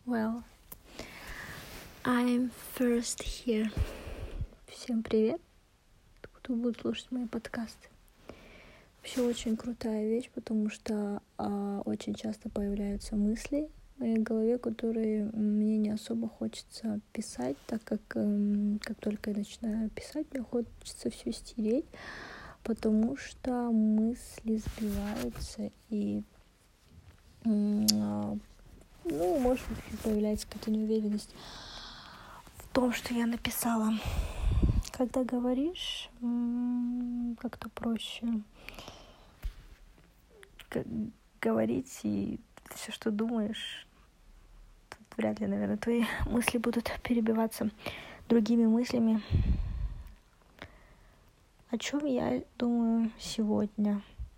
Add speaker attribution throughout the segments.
Speaker 1: Well, I'm first here. Всем привет, кто будет слушать мои подкасты. Вообще очень крутая вещь, потому что очень часто появляются мысли в моей голове, которые мне не особо хочется писать, так как только я начинаю писать, мне хочется все стереть, потому что мысли сбиваются и может быть, появляется какая-то неуверенность в том, что я написала. Когда говоришь, как-то проще говорить, и все, что думаешь, тут вряд ли, наверное, твои мысли будут перебиваться другими мыслями. О чем я думаю сегодня?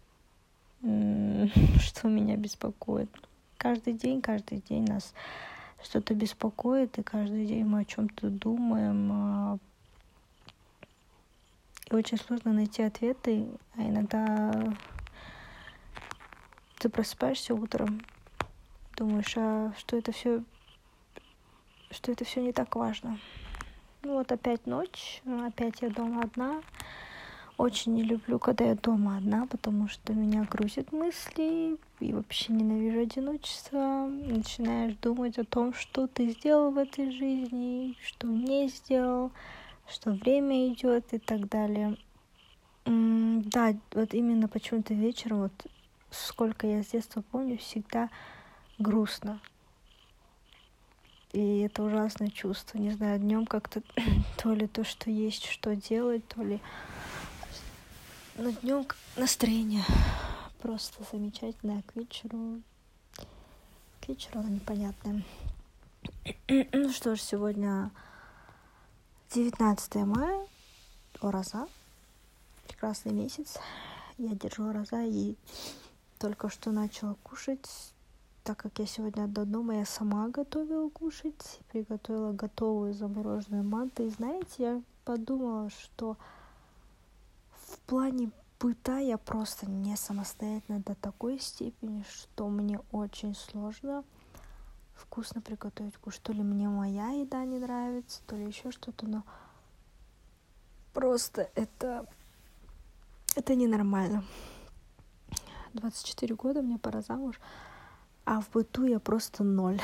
Speaker 1: Что меня беспокоит? Каждый день нас что-то беспокоит, и каждый день мы о чем-то думаем. И очень сложно найти ответы, а иногда ты просыпаешься утром, думаешь, что это все не так важно. Опять ночь, опять я дома одна. Очень не люблю, когда я дома одна, потому что меня грузят мысли, и вообще ненавижу одиночество. Начинаешь думать о том, что ты сделал в этой жизни, что не сделал, что время идет и так далее. Да, именно почему-то вечером, сколько я с детства помню, всегда грустно. И это ужасное чувство. Не знаю, днем как-то то ли то, что есть, что делать, то ли... Но днем настроение просто замечательное. К вечеру оно непонятное. Ну что ж, сегодня 19 мая, Ораза. Прекрасный месяц. Я держу Ораза и только что начала кушать. Так как я сегодня до дома, я сама готовила кушать. Приготовила готовую замороженную манту. И знаете, я подумала, что в плане быта я просто не самостоятельна до такой степени, что мне очень сложно вкусно приготовить кушать. То ли мне моя еда не нравится, то ли еще что-то, но просто это ненормально. 24 года, мне пора замуж, а в быту я просто 0.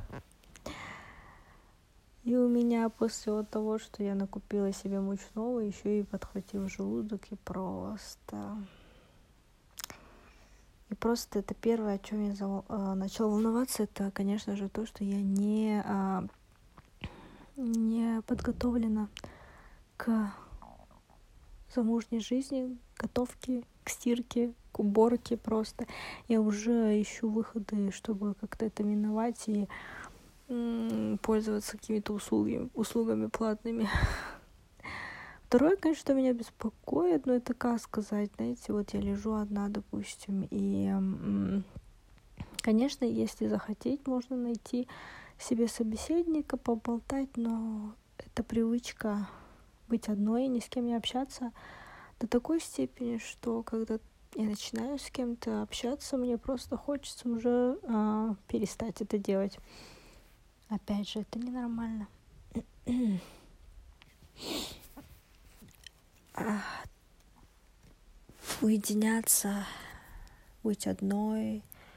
Speaker 1: И у меня после того, что я накупила себе мучного, еще и подхватил желудок, и просто это первое, о чем я начала волноваться, это, конечно же, то, что я не подготовлена к замужней жизни, к готовке, к стирке, к уборке просто. Я уже ищу выходы, чтобы как-то это миновать и пользоваться какими-то услугами платными. Второе, конечно, что меня беспокоит, это как сказать, знаете, я лежу одна, допустим, и, конечно, если захотеть, можно найти себе собеседника, поболтать, но эта привычка быть одной, ни с кем не общаться до такой степени, что когда я начинаю с кем-то общаться, мне просто хочется уже перестать это делать. Опять же, это ненормально. Уединяться, быть одной.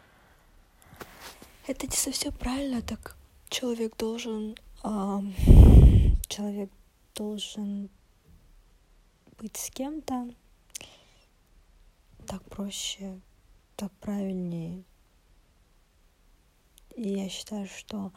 Speaker 1: Это не совсем правильно, так человек должен быть с кем-то. Так проще, так правильнее. И я считаю, что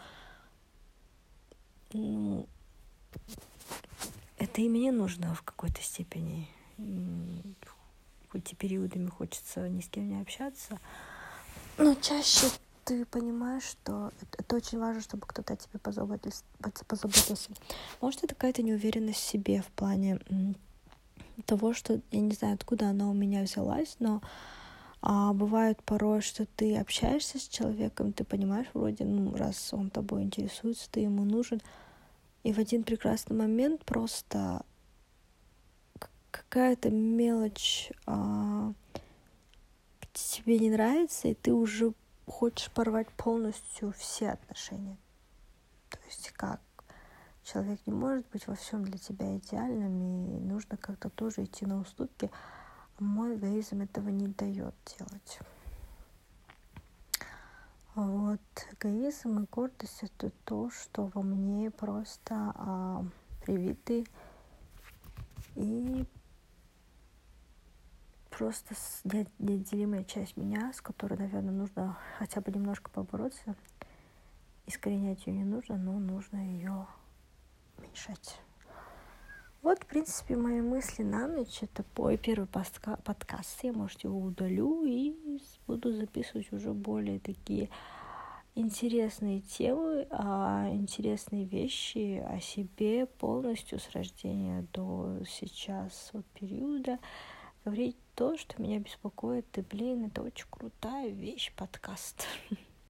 Speaker 1: это и мне нужно в какой-то степени. Хоть и периодами хочется ни с кем не общаться, но чаще ты понимаешь, что это очень важно, чтобы кто-то о тебе позаботился. Может, это какая-то неуверенность в себе в плане того, что я не знаю, откуда она у меня взялась, но бывает порой, что ты общаешься с человеком, ты понимаешь, вроде, раз он тобой интересуется, ты ему нужен, и в один прекрасный момент просто какая-то мелочь тебе не нравится, и ты уже хочешь порвать полностью все отношения. есть как человек не может быть во всем для тебя идеальным, и нужно как-то тоже идти на уступки. Мой эгоизм этого не дает делать. Вот эгоизм и гордость — это то, что во мне просто привиты и просто неотделимая часть меня, с которой, наверное, нужно хотя бы немножко побороться. Искоренять ее не нужно, но нужно ее уменьшать. Вот, в принципе, мои мысли на ночь. Это мой первый подкаст. Я, может, его удалю и буду записывать уже более такие интересные темы, интересные вещи о себе полностью с рождения до сейчас вот периода. Говорить то, что меня беспокоит. И, это очень крутая вещь, подкаст.